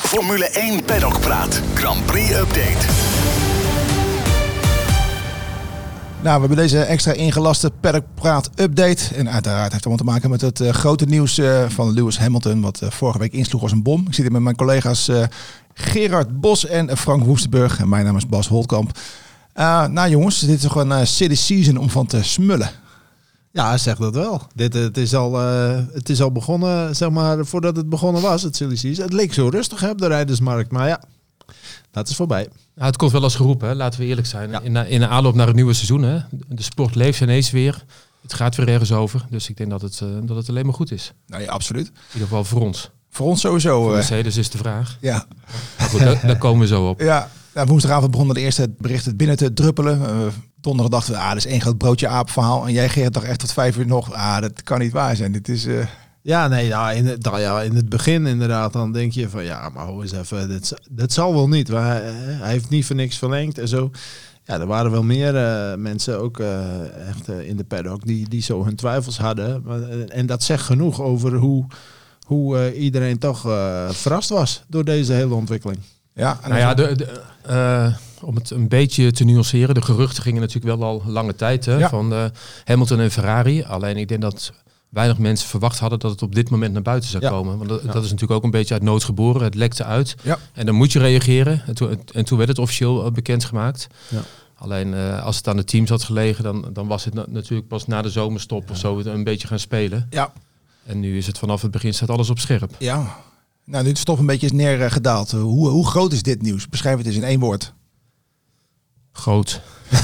Formule 1 Paddock Praat. Grand Prix Update. Nou, we hebben deze extra ingelaste Paddock Praat update. En uiteraard heeft het allemaal te maken met het grote nieuws van Lewis Hamilton. Wat vorige week insloeg als een bom. Ik zit hier met mijn collega's Gerard Bos en Frank Woestenburg. En mijn naam is Bas Holtkamp. Nou jongens, dit is toch een silly season om van te smullen. Ja, zeg dat wel. Het is al begonnen, zeg maar, voordat het begonnen was, het silly season. Het leek zo rustig op de rijdersmarkt, maar ja, dat is voorbij. Ja, het komt wel als geroepen, hè? Laten we eerlijk zijn. Ja. In de aanloop naar het nieuwe seizoen, hè? De sport leeft ineens weer. Het gaat weer ergens over. Dus ik denk dat het alleen maar goed is. Nou ja, absoluut. In ieder geval voor ons. Voor ons sowieso. Voor Mercedes is de vraag. Ja. Maar goed, daar komen we zo op. Ja. Nou, woensdagavond begonnen de eerste berichten binnen te druppelen. Donderdag dachten we, dat is één groot broodje aap verhaal. En jij Gerard dacht echt tot 5 uur nog, dat kan niet waar zijn. Dit is... Ja, nee, in het begin inderdaad, dan denk je van ja, maar hoe eens even, dat zal wel niet. Maar hij heeft niet voor niks verlengd en zo. Ja, er waren wel meer mensen ook echt in de paddock die zo hun twijfels hadden. En dat zegt genoeg over hoe iedereen toch verrast was door deze hele ontwikkeling. Ja, Nou ja, om het een beetje te nuanceren. De geruchten gingen natuurlijk wel al lange tijd van Hamilton en Ferrari. Alleen ik denk dat weinig mensen verwacht hadden dat het op dit moment naar buiten zou komen. Want dat is natuurlijk ook een beetje uit nood geboren. Het lekte uit. Ja. En dan moet je reageren. En toen werd het officieel bekendgemaakt. Ja. Alleen als het aan de teams had gelegen, dan was het natuurlijk pas na de zomerstop of zo een beetje gaan spelen. Ja. En nu is het vanaf het begin staat alles op scherp. Ja. Nou, nu het stof een beetje is neergedaald. Hoe groot is dit nieuws? Beschrijf het eens in 1 woord. Groot.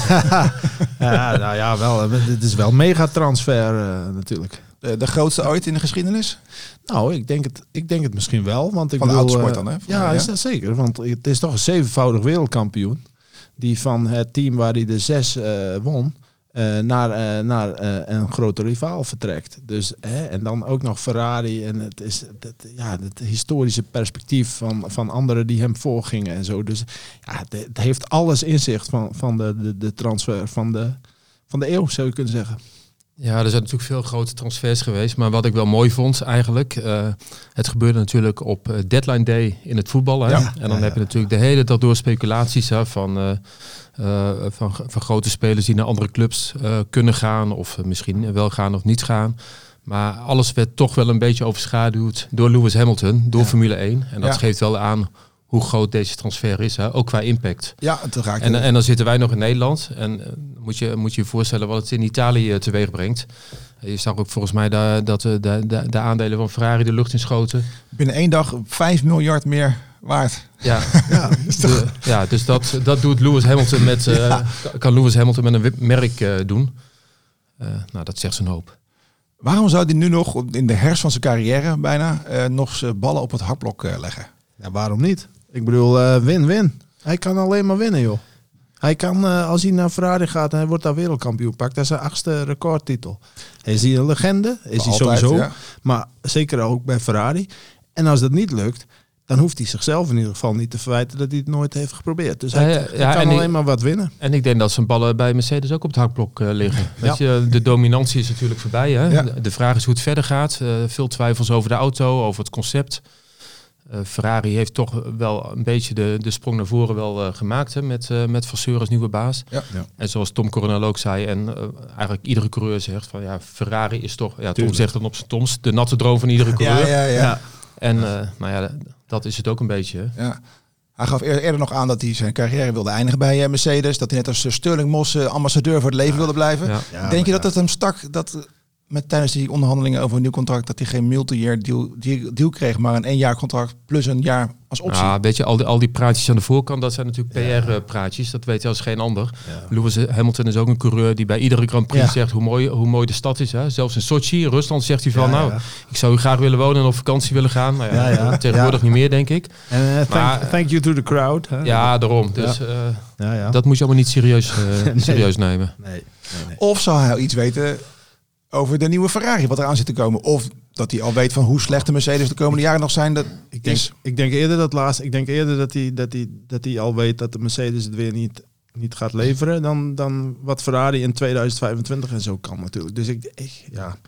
Ja, nou ja, wel. Het is wel megatransfer natuurlijk. De grootste ooit in de geschiedenis? Nou, ik denk het misschien wel. Want ik van de autosport dan, hè? Ja, is dat zeker. Want het is toch een 7-voudig wereldkampioen. Die van het team waar hij de 6 won, naar een grote rivaal vertrekt. Dus, en dan ook nog Ferrari. En het is het historische perspectief van anderen die hem voorgingen en zo. Dus ja, het heeft alles in zich van de transfer van de eeuw, zou je kunnen zeggen. Ja, er zijn natuurlijk veel grote transfers geweest. Maar wat ik wel mooi vond eigenlijk, het gebeurde natuurlijk op deadline day in het voetbal. Hè? Ja, en dan heb je natuurlijk de hele dag door speculaties van grote spelers die naar andere clubs kunnen gaan. Of misschien wel gaan of niet gaan. Maar alles werd toch wel een beetje overschaduwd door Lewis Hamilton, door Formule 1. En dat geeft wel aan hoe groot deze transfer is, hè? Ook qua impact. Ja, het raakt en dan zitten wij nog in Nederland. En moet je je voorstellen wat het in Italië teweeg brengt. Je zag ook volgens mij dat de aandelen van Ferrari de lucht in schoten. Binnen 1 dag 5 miljard meer waard. Ja, dus dat doet Lewis Hamilton kan Lewis Hamilton met een merk doen. Nou, dat zegt zijn hoop. Waarom zou hij nu nog in de herfst van zijn carrière bijna nog zijn ballen op het hakblok leggen? Ja, waarom niet? Ik bedoel, win-win. Hij kan alleen maar winnen, joh. Hij kan, als hij naar Ferrari gaat en hij wordt daar wereldkampioen pakt, dat is zijn 8e recordtitel. Is hij een legende? Is hij sowieso. Ja. Maar zeker ook bij Ferrari. En als dat niet lukt, dan hoeft hij zichzelf in ieder geval niet te verwijten dat hij het nooit heeft geprobeerd. Dus hij kan alleen maar wat winnen. En ik denk dat zijn ballen bij Mercedes ook op het hakblok liggen. Weet je, de dominantie is natuurlijk voorbij. Hè? Ja. De vraag is hoe het verder gaat. Veel twijfels over de auto, over het concept. Ferrari heeft toch wel een beetje de sprong naar voren wel gemaakt, hè, met Vasseur als nieuwe baas. Ja. Ja. En zoals Tom Coronel ook zei, en eigenlijk iedere coureur zegt van Ferrari is toch, Tom zegt dan op zijn Toms, de natte droom van iedere coureur. Ja. En dat is het ook een beetje. Ja. Hij gaf eerder nog aan dat hij zijn carrière wilde eindigen bij Mercedes, dat hij net als Sterling Moss ambassadeur voor het leven wilde blijven. Ja. Denk je dat het hem stak, dat tijdens die onderhandelingen over een nieuw contract, dat hij geen multi-year deal kreeg, maar een 1 jaar contract plus een jaar als optie? Ja, weet je, al die praatjes aan de voorkant, dat zijn natuurlijk PR-praatjes. Dat weet je als geen ander. Ja. Lewis Hamilton is ook een coureur die bij iedere Grand Prix zegt hoe mooi de stad is. Hè? Zelfs in Sochi, Rusland, zegt hij van ik zou graag willen wonen en op vakantie willen gaan. Nou tegenwoordig niet meer, denk ik. Thank you to the crowd. Hè? Ja, daarom. Dus dat moet je allemaal niet serieus nemen. Nee. Of zou hij iets weten over de nieuwe Ferrari, wat eraan zit te komen? Of dat hij al weet van hoe slecht de Mercedes de komende jaren nog zijn. Ik denk eerder dat laatste. Ik denk eerder dat hij al weet dat de Mercedes het weer niet gaat leveren dan wat Ferrari in 2025 en zo kan natuurlijk. Dus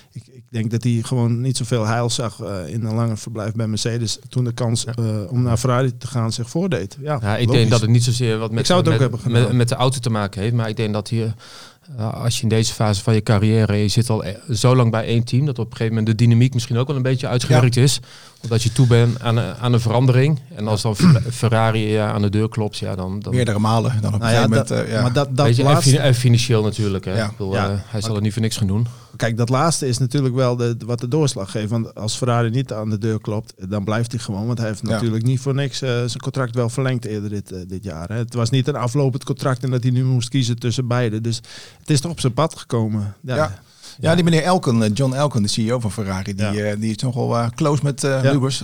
Ik denk dat hij gewoon niet zoveel heil zag in een langer verblijf bij Mercedes. Toen de kans om naar Ferrari te gaan zich voordeed. Ja, ik denk dat het niet zozeer wat met de auto te maken heeft. Maar ik denk dat hier, als je in deze fase van je carrière, je zit al zo lang bij één team, dat op een gegeven moment de dynamiek misschien ook wel een beetje uitgewerkt is. Omdat je toe bent aan een verandering. En als dan Ferrari aan de deur klopt, dan meerdere malen dan op een gegeven moment. Maar dat beetje, laatste... en financieel natuurlijk. Hè. Hij zal er niet voor niks gaan doen. Kijk, dat laatste is natuurlijk wel wat de doorslag geeft. Want als Ferrari niet aan de deur klopt, dan blijft hij gewoon. Want hij heeft natuurlijk niet voor niks zijn contract wel verlengd eerder dit jaar. Hè. Het was niet een aflopend contract en dat hij nu moest kiezen tussen beide. Dus het is toch op zijn pad gekomen. Ja, die meneer Elkann, John Elkann, de CEO van Ferrari, die is nogal close met Lubers.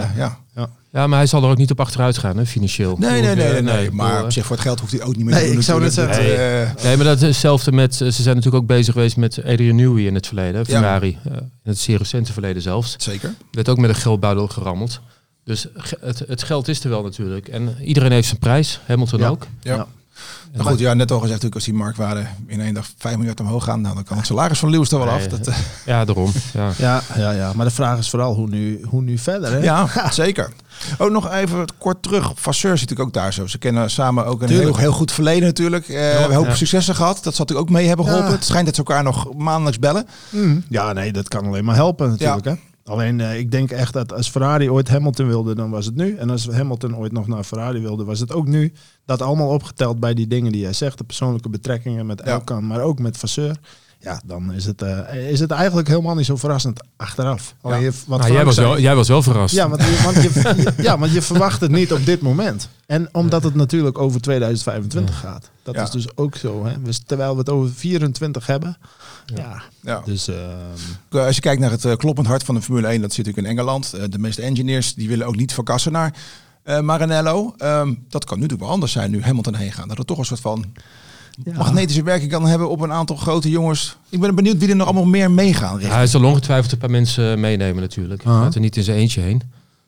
Ja, maar hij zal er ook niet op achteruit gaan, hè, financieel. Nee. Maar op zich voor het geld hoeft hij ook niet meer te doen. Ik zou net zeggen. Nee, maar dat is hetzelfde met... Ze zijn natuurlijk ook bezig geweest met Adrian Newey in het verleden. Ferrari. In het zeer recente verleden zelfs. Zeker. Werd ook met een geldbuidel gerammeld. Dus het geld is er wel natuurlijk. En iedereen heeft zijn prijs. Hamilton ook. Ja. Maar goed, net al gezegd, als die marktwaarde in één dag 5 miljard omhoog gaan, dan kan het salaris van Lewis er wel af. Ja, daarom. Ja. Maar de vraag is vooral hoe nu verder. Hè? Ja, zeker. Ook nog even kort terug. Vasseur zit natuurlijk ook daar zo. Ze kennen samen ook een heel goed verleden natuurlijk. We hebben een hoop successen gehad. Dat zal natuurlijk ook mee hebben geholpen. Het schijnt dat ze elkaar nog maandelijks bellen. Ja, nee, dat kan alleen maar helpen natuurlijk. Hè? Alleen, ik denk echt dat als Ferrari ooit Hamilton wilde, dan was het nu. En als Hamilton ooit nog naar Ferrari wilde, was het ook nu. Dat allemaal opgeteld bij die dingen die jij zegt. De persoonlijke betrekkingen met Elkann, maar ook met Vasseur. Ja, dan is het eigenlijk helemaal niet zo verrassend achteraf. Alleen jij was wel verrast. Ja, want je verwacht het niet op dit moment. En omdat het natuurlijk over 2025 gaat. Dat is dus ook zo. Hè? Dus terwijl we het over 24 hebben. Ja. Dus, als je kijkt naar het kloppend hart van de Formule 1, dat zit natuurlijk in Engeland. De meeste engineers die willen ook niet verkassen naar Maranello. Dat kan nu natuurlijk wel anders zijn nu Hamilton heen gaan. Dat er toch een soort van magnetische werking kan hebben op een aantal grote jongens. Ik ben benieuwd wie er nog allemaal meer meegaan. Hij zal ongetwijfeld een paar mensen meenemen natuurlijk. Hij gaat er niet in zijn eentje heen.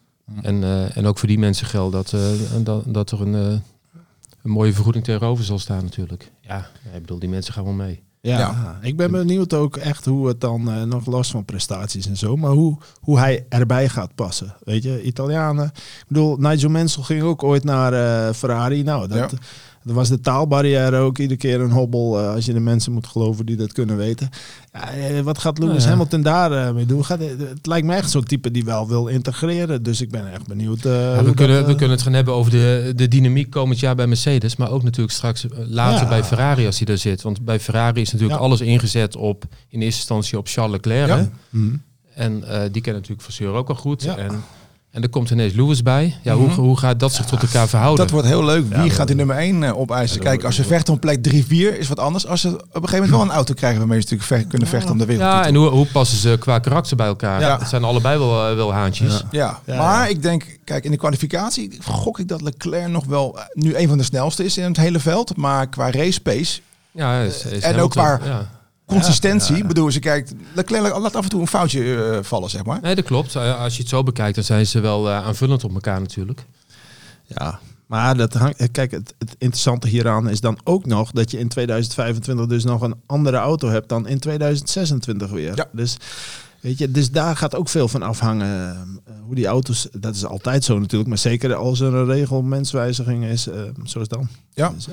En ook voor die mensen geldt dat er een mooie vergoeding tegenover zal staan natuurlijk. Ja, ik bedoel, die mensen gaan wel mee. Ja, ik ben benieuwd ook echt hoe het dan, nog los van prestaties en zo, maar hoe hij erbij gaat passen. Weet je, Italianen. Ik bedoel, Nigel Mansell ging ook ooit naar Ferrari. Nou, dat was de taalbarrière ook iedere keer een hobbel, als je de mensen moet geloven die dat kunnen weten. Ja, wat gaat Lewis Hamilton daar mee doen? Het lijkt me echt zo'n type die wel wil integreren. Dus ik ben echt benieuwd. We kunnen het gaan hebben over de dynamiek komend jaar bij Mercedes. Maar ook natuurlijk straks later bij Ferrari als hij er zit. Want bij Ferrari is natuurlijk alles ingezet op in eerste instantie op Charles Leclerc. Ja. En die kennen natuurlijk Vasseur ook al goed. Ja. En er komt ineens Lewis bij. Ja, hoe gaat dat zich tot elkaar verhouden? Dat wordt heel leuk. Wie gaat die nummer 1 opeisen? Kijk, als ze vechten om plek 3-4 is wat anders. Als ze op een gegeven moment wel een auto krijgen waarmee ze natuurlijk kunnen vechten om de wereld. Ja, en hoe passen ze qua karakter bij elkaar? Ja. Het zijn allebei wel haantjes. Ja. Maar ik denk, kijk, in de kwalificatie gok ik dat Leclerc nog wel nu een van de snelste is in het hele veld. Maar qua race pace en ook qua consistentie, bedoel, als je kijkt, Leclerc laat af en toe een foutje vallen, zeg maar. Nee, dat klopt. Als je het zo bekijkt, dan zijn ze wel aanvullend op elkaar natuurlijk. Ja, maar kijk, het interessante hieraan is dan ook nog dat je in 2025 dus nog een andere auto hebt dan in 2026 weer. Ja. Dus weet je, dus daar gaat ook veel van afhangen. Hoe die auto's, dat is altijd zo natuurlijk, maar zeker als er een reglementswijziging is, zoals dan. Ja. Dus,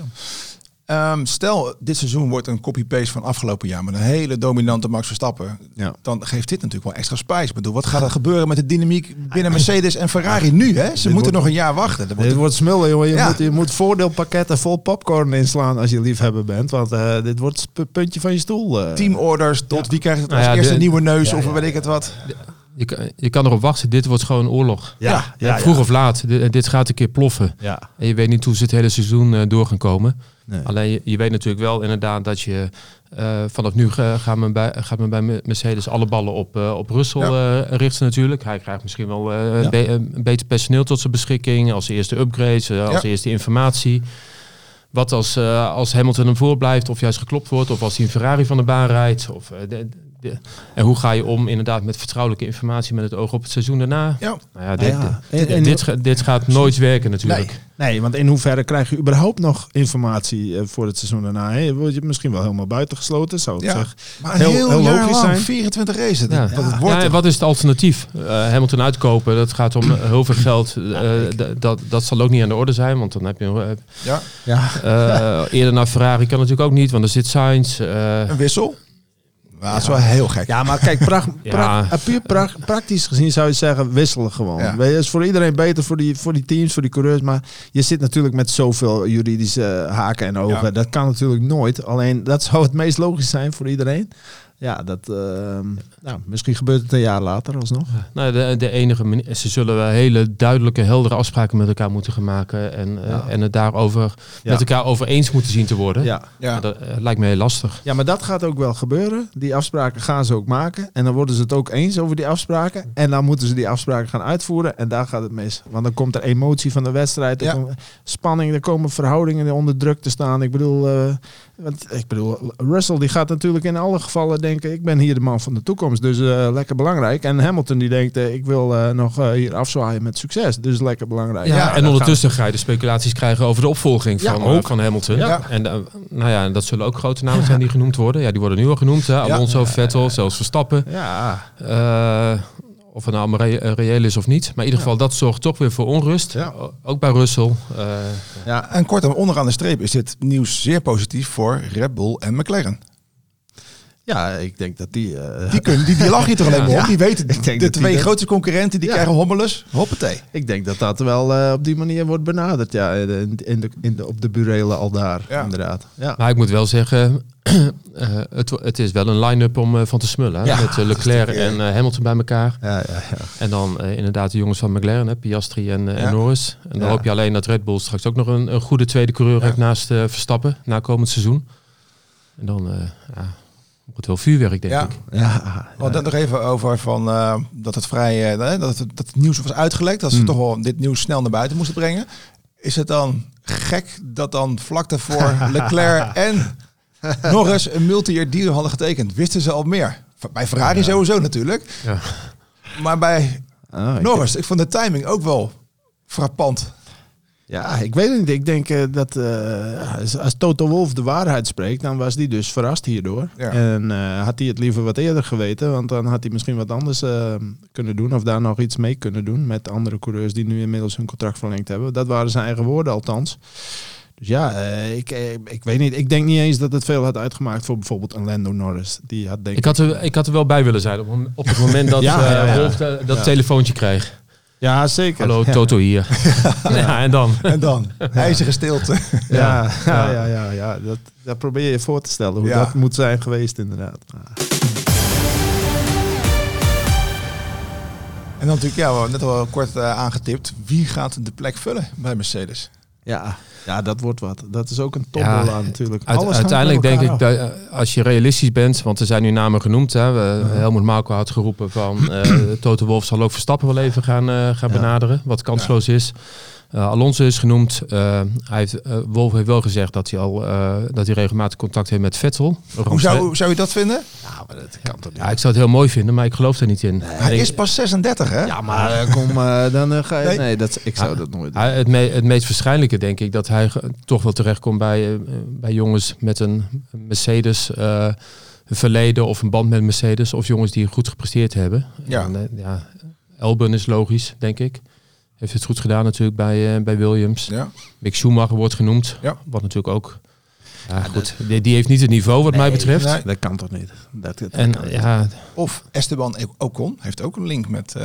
stel, dit seizoen wordt een copy-paste van afgelopen jaar met een hele dominante Max Verstappen. Ja. Dan geeft dit natuurlijk wel extra spijs. Ik bedoel, wat gaat er gebeuren met de dynamiek binnen Mercedes en Ferrari nu? Hè? Ze moeten nog een jaar wachten. Dit wordt smullen, jongen. Je moet voordeelpakketten vol popcorn inslaan als je liefhebber bent. Want dit wordt het puntje van je stoel. Teamorders, tot wie krijgt het als eerste een nieuwe neus of weet ik het wat. Je kan erop wachten, dit wordt gewoon oorlog. Vroeg of laat, dit gaat een keer ploffen. Ja. En je weet niet hoe ze het hele seizoen door gaan komen. Nee. Alleen je weet natuurlijk wel inderdaad dat je vanaf nu gaat men bij Mercedes alle ballen op Russell richten natuurlijk. Hij krijgt misschien wel beter personeel tot zijn beschikking, als eerste upgrades, als eerste informatie. Wat als Hamilton hem voorblijft of juist geklopt wordt of als hij een Ferrari van de baan rijdt. En hoe ga je om inderdaad met vertrouwelijke informatie met het oog op het seizoen daarna? Ja. Nou ja, dit gaat nooit werken natuurlijk. Nee, want in hoeverre krijg je überhaupt nog informatie voor het seizoen daarna? Hè? Word je misschien wel helemaal buitengesloten? Zou het maar een heel jaar logisch lang, zijn? 24 races. Ja. Wat is het alternatief? Hamilton uitkopen, dat gaat om heel veel geld. Dat zal ook niet aan de orde zijn, want dan heb je... eerder naar Ferrari kan natuurlijk ook niet, want er zit Sainz. Een wissel? Ja, dat is wel heel gek. Ja, maar kijk, puur praktisch gezien zou je zeggen, wisselen gewoon. Ja. Het is voor iedereen beter, voor die teams, voor die coureurs. Maar je zit natuurlijk met zoveel juridische haken en ogen. Ja. Dat kan natuurlijk nooit. Alleen, dat zou het meest logisch zijn voor iedereen. Ja, misschien gebeurt het een jaar later alsnog. Nou, de enige manier, ze zullen hele duidelijke, heldere afspraken met elkaar moeten gaan maken. En het daarover met elkaar over eens moeten zien te worden. Ja. Dat lijkt me heel lastig. Ja, maar dat gaat ook wel gebeuren. Die afspraken gaan ze ook maken. En dan worden ze het ook eens over die afspraken. En dan moeten ze die afspraken gaan uitvoeren. En daar gaat het mis. Want dan komt er emotie van de wedstrijd. Er komt spanning, er komen verhoudingen onder druk te staan. Ik bedoel, Russell die gaat natuurlijk in alle gevallen denken, ik ben hier de man van de toekomst, dus lekker belangrijk. En Hamilton die denkt, ik wil nog hier afzwaaien met succes, dus lekker belangrijk. Ja, en ondertussen ga je de speculaties krijgen over de opvolging van Hamilton. Ja. En dat zullen ook grote namen zijn die genoemd worden. Ja, die worden nu al genoemd. Hè? Alonso, Vettel, zelfs Verstappen. Ja. Of het nou reëel is of niet. Maar in ieder geval, dat zorgt toch weer voor onrust. Ja. Ook bij Russell. En kortom, onderaan de streep is dit nieuws zeer positief voor Red Bull en McLaren. Ja, ik denk dat die lachen hier toch alleen maar op. Die weten, de twee grootste concurrenten, die krijgen hommeles. Hoppatee. Ik denk dat dat wel op die manier wordt benaderd. Ja, op de burelen al daar, inderdaad. Ja. Maar ik moet wel zeggen, het is wel een line-up om van te smullen. Hè? Met Leclerc en Hamilton bij elkaar. Ja. En dan inderdaad de jongens van McLaren, Piastri en Norris. En dan hoop je alleen dat Red Bull straks ook nog een goede tweede coureur heeft naast Verstappen na komend seizoen. En dan... wordt wel vuurwerk, denk ik. Ja. Dan nog even over dat het dat het nieuws was uitgelekt. Dat ze toch wel dit nieuws snel naar buiten moesten brengen. Is het dan gek dat dan vlak daarvoor Leclerc en Norris een multi-year deal hadden getekend? Wisten ze al meer? Bij Ferrari sowieso natuurlijk. Ja. Maar bij Norris, ik vond de timing ook wel frappant. Ja, ik weet het niet. Ik denk dat als Toto Wolff de waarheid spreekt, dan was die dus verrast hierdoor. Ja. En had hij het liever wat eerder geweten, want dan had hij misschien wat anders kunnen doen of daar nog iets mee kunnen doen met andere coureurs die nu inmiddels hun contract verlengd hebben. Dat waren zijn eigen woorden althans. Dus ja, ik weet niet. Ik denk niet eens dat het veel had uitgemaakt voor bijvoorbeeld een Lando Norris. Die had denk ik had er wel bij willen zijn op het moment dat Wolff dat telefoontje kreeg. Ja, zeker. Hallo, Toto hier. En dan? IJzige stilte. Ja. Dat probeer je je voor te stellen hoe dat moet zijn geweest inderdaad. En dan natuurlijk, we hebben net al kort aangetipt. Wie gaat de plek vullen bij Mercedes? Ja, dat wordt wat. Dat is ook een topbal aan natuurlijk. Uiteindelijk denk ik dat als je realistisch bent, want er zijn nu namen genoemd. Hè, Helmut Marko had geroepen van Toto Wolff zal ook Verstappen wel even gaan benaderen. Wat kansloos is. Alonso is genoemd. Wolff heeft wel gezegd dat hij regelmatig contact heeft met Vettel. Hoe zou je dat vinden? Ja, maar dat kan toch niet. Ja, ik zou het heel mooi vinden, maar ik geloof er niet in. Nee, hij is pas 36, hè? Ja, maar dan ga je... Nee, ik zou dat nooit doen. Het meest waarschijnlijke denk ik dat hij toch wel terechtkomt bij jongens met een Mercedes verleden of een band met Mercedes. Of jongens die goed gepresteerd hebben. Ja. Albon is logisch, denk ik. Heeft het goed gedaan natuurlijk bij Williams. Ja. Mick Schumacher wordt genoemd. Ja. Wat natuurlijk ook... Ja, goed. Die heeft niet het niveau wat mij betreft. Nee, dat kan toch niet. Dat Of Esteban Ocon heeft ook een link met...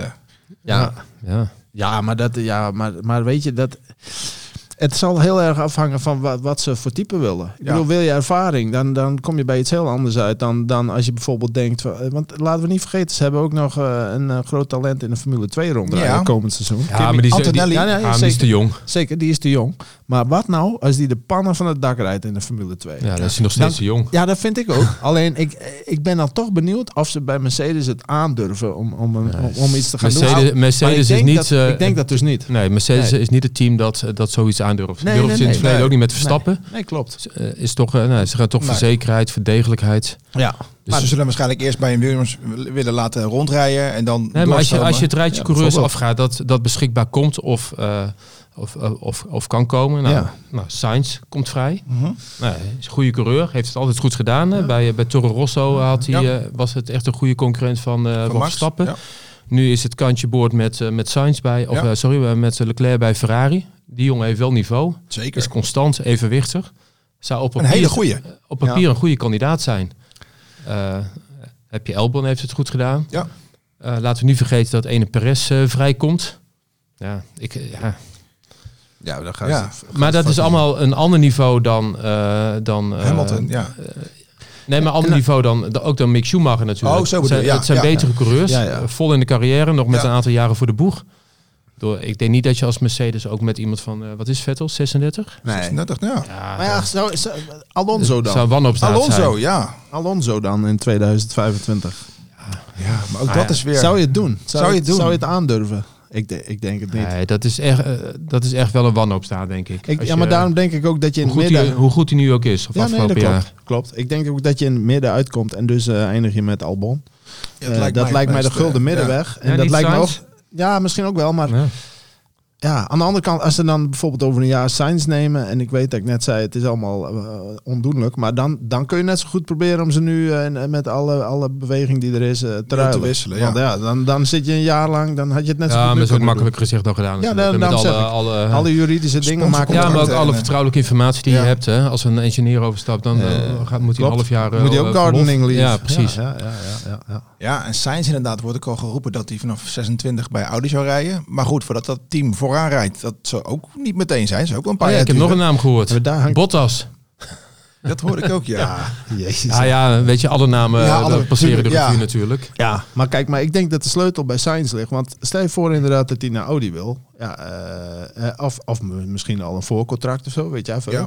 Maar weet je dat... Het zal heel erg afhangen van wat ze voor type willen. Ik bedoel, wil je ervaring, dan kom je bij iets heel anders uit dan als je bijvoorbeeld denkt... Want laten we niet vergeten, ze hebben ook nog een groot talent in de Formule 2 rondrijden komend seizoen. Ja, maar die is te jong. Zeker, die is te jong. Maar wat nou als die de pannen van het dak rijdt in de Formule 2? Ja, dan is hij nog steeds te jong. Ja, dat vind ik ook. Alleen, ik ben dan toch benieuwd of ze bij Mercedes het aandurven om iets te gaan doen. Mercedes is niet... ik denk dat dus niet. Nee, Mercedes is niet het team dat zoiets aandurft. Durft ze in het verleden ook niet met Verstappen. Nee, klopt. Is toch, ze gaan toch voor zekerheid, voor degelijkheid. Ja. Dus ze zullen waarschijnlijk eerst bij een Williams willen laten rondrijden en dan. Nee, maar als je het rijtje coureurs afgaat dat beschikbaar komt of kan komen. Nou, Sainz komt vrij. Nou, is een goede coureur, heeft het altijd goed gedaan. Ja. Bij Toro Rosso was het echt een goede concurrent van Verstappen. Ja. Nu is het kantje boord met Sainz met Leclerc bij Ferrari. Die jongen heeft wel niveau. Zeker. Is constant, evenwichtig. Zou op een hele goeie. Op papier een goede kandidaat zijn. Heb je Albon heeft het goed gedaan. Ja. Laten we niet vergeten dat ene Perez vrijkomt. Ja, dan gaat maar dat is allemaal een ander niveau dan Hamilton, Nee, maar ander niveau dan Mick Schumacher natuurlijk. Oh, zo bedoel je. Het zijn betere coureurs. Vol in de carrière, nog met een aantal jaren voor de boeg. Ik denk niet dat je als Mercedes ook met iemand van, wat is Vettel, 36? Nee. 36, ja. Maar Alonso dan. Zou wanhoopsdaad zijn. Alonso dan in 2025. Ja, maar ook dat is weer... Zou je het doen? Zou je het aandurven? Ik denk het niet. Nee, dat is echt wel een wanhoopsdaad, denk ik. Maar daarom denk ik ook dat je in het midden... Hoe goed hij nu ook is, afgelopen jaar. Klopt. Ik denk ook dat je in het midden uitkomt en dus eindig je met Albon. Dat lijkt mij de gulden middenweg. En dat lijkt me ook... Ja, misschien ook wel, maar... Ja, aan de andere kant, als ze dan bijvoorbeeld over een jaar Sainz nemen... en ik weet dat ik net zei, het is allemaal ondoenlijk... maar dan kun je net zo goed proberen om ze nu met alle beweging die er is te ruilen. Te wisselen, Want dan zit je een jaar lang, dan had je het net zo goed maar dat is ook kunnen makkelijk gezegd dan gedaan. Ja, met alle juridische dingen maken. Ja, maar ook alle vertrouwelijke informatie die je hebt. Hè. Als een engineer overstapt, dan moet hij een half jaar... moet hij ook gardening leave. Ja, precies. Ja, en Sainz inderdaad wordt ook al geroepen dat hij vanaf 26 bij Audi zou rijden. Maar goed, voordat dat team vooraan rijdt, dat zou ook niet meteen zijn. Zou ook wel een paar jaar ik heb nog een naam gehoord. Bottas. Dat hoorde ik ook, Jezus. Weet je, alle namen passeren de revue natuurlijk. Ja, maar kijk, ik denk dat de sleutel bij Sainz ligt. Want stel je voor inderdaad dat hij naar Audi wil. Of misschien al een voorcontract of zo, weet jij veel.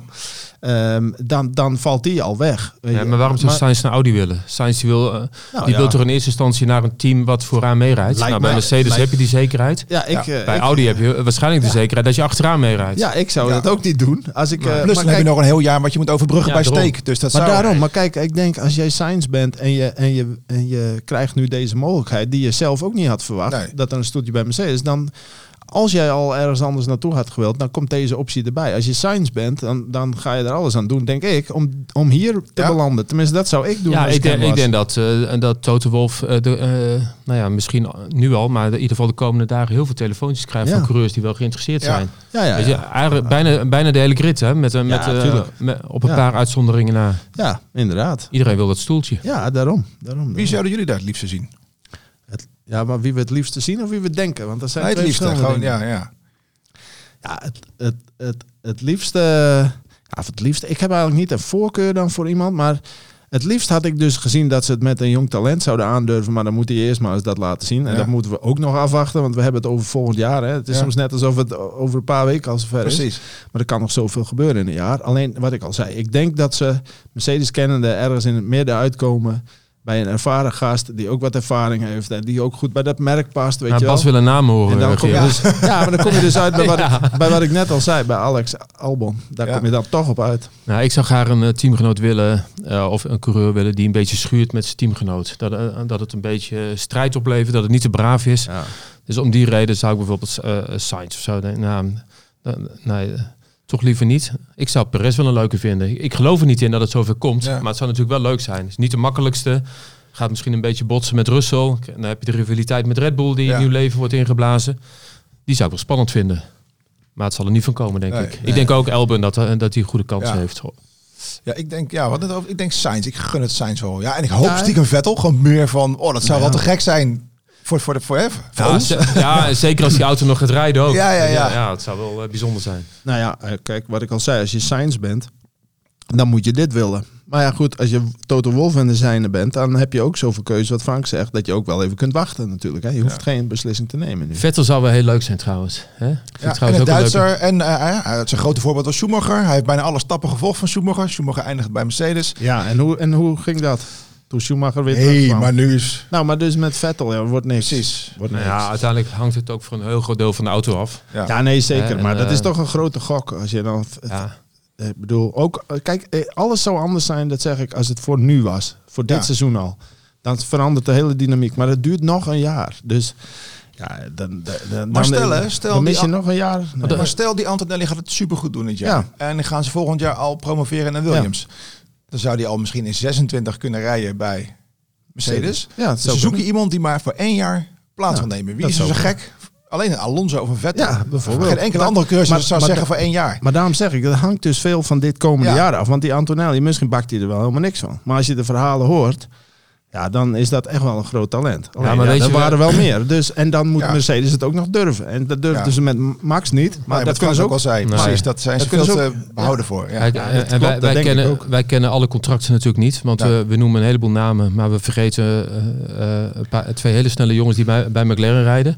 Dan valt die al weg. Maar waarom zou Sainz naar Audi willen? Sainz wil toch in eerste instantie naar een team wat vooraan meerijdt. Bij Mercedes heb je die zekerheid. Bij Audi heb je waarschijnlijk de zekerheid dat je achteraan meerijdt. Ja, ik zou dat ook niet doen. Plus dan heb je nog een heel jaar wat je moet overbruggen bij steek. Dus dat maar kijk, ik denk als jij Sainz bent en je krijgt nu deze mogelijkheid die je zelf ook niet had verwacht, dat er een stoeltje bij Mercedes, dan als jij al ergens anders naartoe had gewild, dan komt deze optie erbij. Als je Sainz bent, dan ga je er alles aan doen, denk ik, om hier te belanden. Tenminste, dat zou ik doen. Ja, ik denk dat Toto Wolff, misschien nu al, maar in ieder geval de komende dagen heel veel telefoontjes krijgt van coureurs die wel geïnteresseerd zijn. Weet je, eigenlijk bijna de hele grid, hè, op een paar uitzonderingen na. Ja, inderdaad. Iedereen wil dat stoeltje. Ja, daarom. Wie zouden jullie daar het liefst zien? Ja, maar wie we het liefste zien of wie we denken? Want dat zijn twee verschillende gewoon, dingen. Ja, het liefste... het liefste... Ik heb eigenlijk niet een voorkeur dan voor iemand, maar het liefst had ik dus gezien dat ze het met een jong talent zouden aandurven, maar dan moet hij eerst maar eens dat laten zien. En dat moeten we ook nog afwachten, want we hebben het over volgend jaar. Hè. Het is soms net alsof het over een paar weken al zover is. Precies. Maar er kan nog zoveel gebeuren in een jaar. Alleen, wat ik al zei, ik denk dat ze Mercedes kennende ergens in het midden uitkomen bij een ervaren gast die ook wat ervaring heeft en die ook goed bij dat merk past, weet je wel. Bas wil een naam horen. En dan kom je maar dan kom je dus uit bij wat ik net al zei, bij Alex Albon. Daar kom je dan toch op uit. Nou, ik zou graag een teamgenoot willen, of een coureur willen die een beetje schuurt met zijn teamgenoot. Dat het een beetje strijd oplevert, dat het niet te braaf is. Ja. Dus om die reden zou ik bijvoorbeeld Sainz of zo. Nee, toch liever niet. Ik zou Perez wel een leuke vinden. Ik geloof er niet in dat het zover komt. Ja. Maar het zou natuurlijk wel leuk zijn. Het is niet de makkelijkste. Gaat misschien een beetje botsen met Russell. Dan heb je de rivaliteit met Red Bull die in nieuw leven wordt ingeblazen. Die zou ik wel spannend vinden. Maar het zal er niet van komen, denk ik. Ik denk ook Albon dat hij een goede kans heeft. Ja, ik denk Sainz. Ik gun het Sainz wel. Ja, en ik hoop stiekem Vettel. Gewoon meer van, dat zou wel te gek zijn. Voor ons. Ja, zeker als die auto nog gaat rijden ook. Ja, het zou wel bijzonder zijn. Nou ja, kijk, wat ik al zei, als je Sainz bent, dan moet je dit willen. Maar ja, goed, als je Toto Wolff in de zijne bent, dan heb je ook zoveel keuze, wat Frank zegt, dat je ook wel even kunt wachten natuurlijk. Hè. Je hoeft geen beslissing te nemen nu. Vettel zou wel heel leuk zijn trouwens. Hè? En een Duitser. En het is een grote voorbeeld was Schumacher. Hij heeft bijna alle stappen gevolgd van Schumacher. Schumacher eindigt bij Mercedes. Ja, en hoe ging dat? Toen Schumacher weer terugkwam. Maar nu is... Nou, maar dus met Vettel, wordt niks. Precies. Ja, uiteindelijk hangt het ook voor een heel groot deel van de auto af. Ja, nee, zeker. Maar dat is toch een grote gok. Als je dan... Ik bedoel, ook, kijk, alles zou anders zijn, dat zeg ik, als het voor nu was. Voor dit seizoen al. Dan verandert de hele dynamiek. Maar het duurt nog een jaar. Dus ja, maar stel mis je nog een jaar. Nee. Maar stel die Antonelli gaat het supergoed doen dit jaar. Ja. En dan gaan ze volgend jaar al promoveren naar Williams. Ja. Dan zou die al misschien in 26 kunnen rijden bij Mercedes. Ja, dus ze zoeken iemand die maar voor 1 jaar plaats wil nemen. Wie is er zo gek? Alleen een Alonso of een Vettel. Ja, bijvoorbeeld. Geen enkele andere cursus zou zeggen voor 1 jaar. Maar daarom zeg ik, dat hangt dus veel van dit komende jaar af. Want die Antonelli, misschien bakt hij er wel helemaal niks van. Maar als je de verhalen hoort, ja, dan is dat echt wel een groot talent. Alleen, ja, maar weet je, er waren wel meer. Dus, en dan moet Mercedes het ook nog durven. En dat durfden ze met Max niet. Maar dat kunnen ze ook wel zijn. Nee. Precies, dat zijn ze veel te behouden voor. Ja. En wij kennen alle contracten natuurlijk niet. Want we noemen een heleboel namen. Maar we vergeten 2 hele snelle jongens die bij McLaren rijden.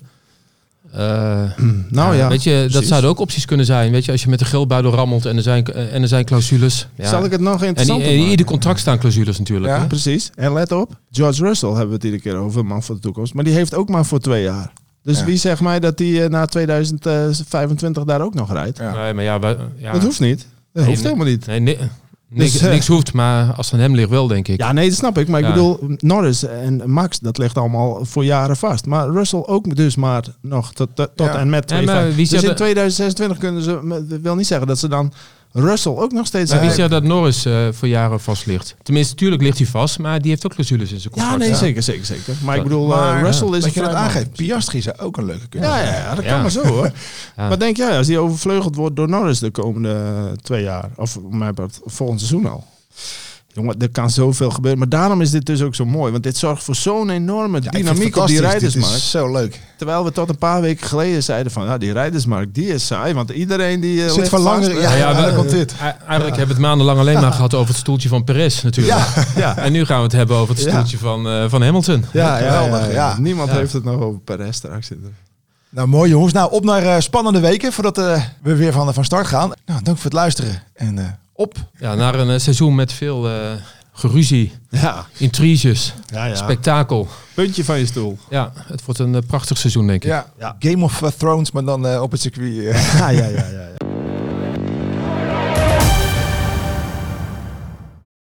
Weet je, dat zouden ook opties kunnen zijn. Weet je, als je met de geldbuidel rammelt en er zijn clausules. Ja. Zal ik het nog interessanter maken? In ieder contract staan clausules natuurlijk. Ja, precies. En let op, George Russell hebben we het iedere keer over, man voor de toekomst. Maar die heeft ook maar voor 2 jaar. Dus wie zegt mij dat die na 2025 daar ook nog rijdt? Ja. Nee, maar dat hoeft niet. Dat hoeft helemaal niet. Niks hoeft, maar als het aan hem ligt wel, denk ik. Ja, nee, dat snap ik. Maar ik bedoel, Norris en Max, dat ligt allemaal voor jaren vast. Maar Russell ook dus maar nog tot en met 2025. Dus in 2026 kunnen ze, wil niet zeggen dat ze dan Russell ook nog steeds... Maar wie zegt dat Norris voor jaren vast ligt? Tenminste, natuurlijk ligt hij vast, maar die heeft ook clausules in zijn contract. Ja, nee, zeker. Maar ik bedoel, Russell is... Dat je dat aangeeft, Piastri zou ook een leuke kunnen zijn. Ja, dat kan maar zo, hoor. Maar denk jij, als die overvleugeld wordt door Norris de komende 2 jaar, of volgend seizoen al... Jongen, er kan zoveel gebeuren. Maar daarom is dit dus ook zo mooi. Want dit zorgt voor zo'n enorme dynamiek op die rijdersmarkt. Dit is zo leuk. Terwijl we tot een paar weken geleden zeiden van... die rijdersmarkt, die is saai. Want iedereen die zit van langer... Eigenlijk hebben we het maandenlang alleen maar gehad over het stoeltje van Perez natuurlijk. Ja. En nu gaan we het hebben over het stoeltje van Hamilton. Ja. Niemand heeft het nog over Perez straks. Nou, mooi jongens. Nou, op naar spannende weken voordat we weer van start gaan. Nou, dank voor het luisteren. En... naar een seizoen met veel geruzie, intriges, spektakel. Puntje van je stoel. Ja, het wordt een prachtig seizoen, denk ik. Ja. Game of Thrones, maar dan op het circuit. Ja.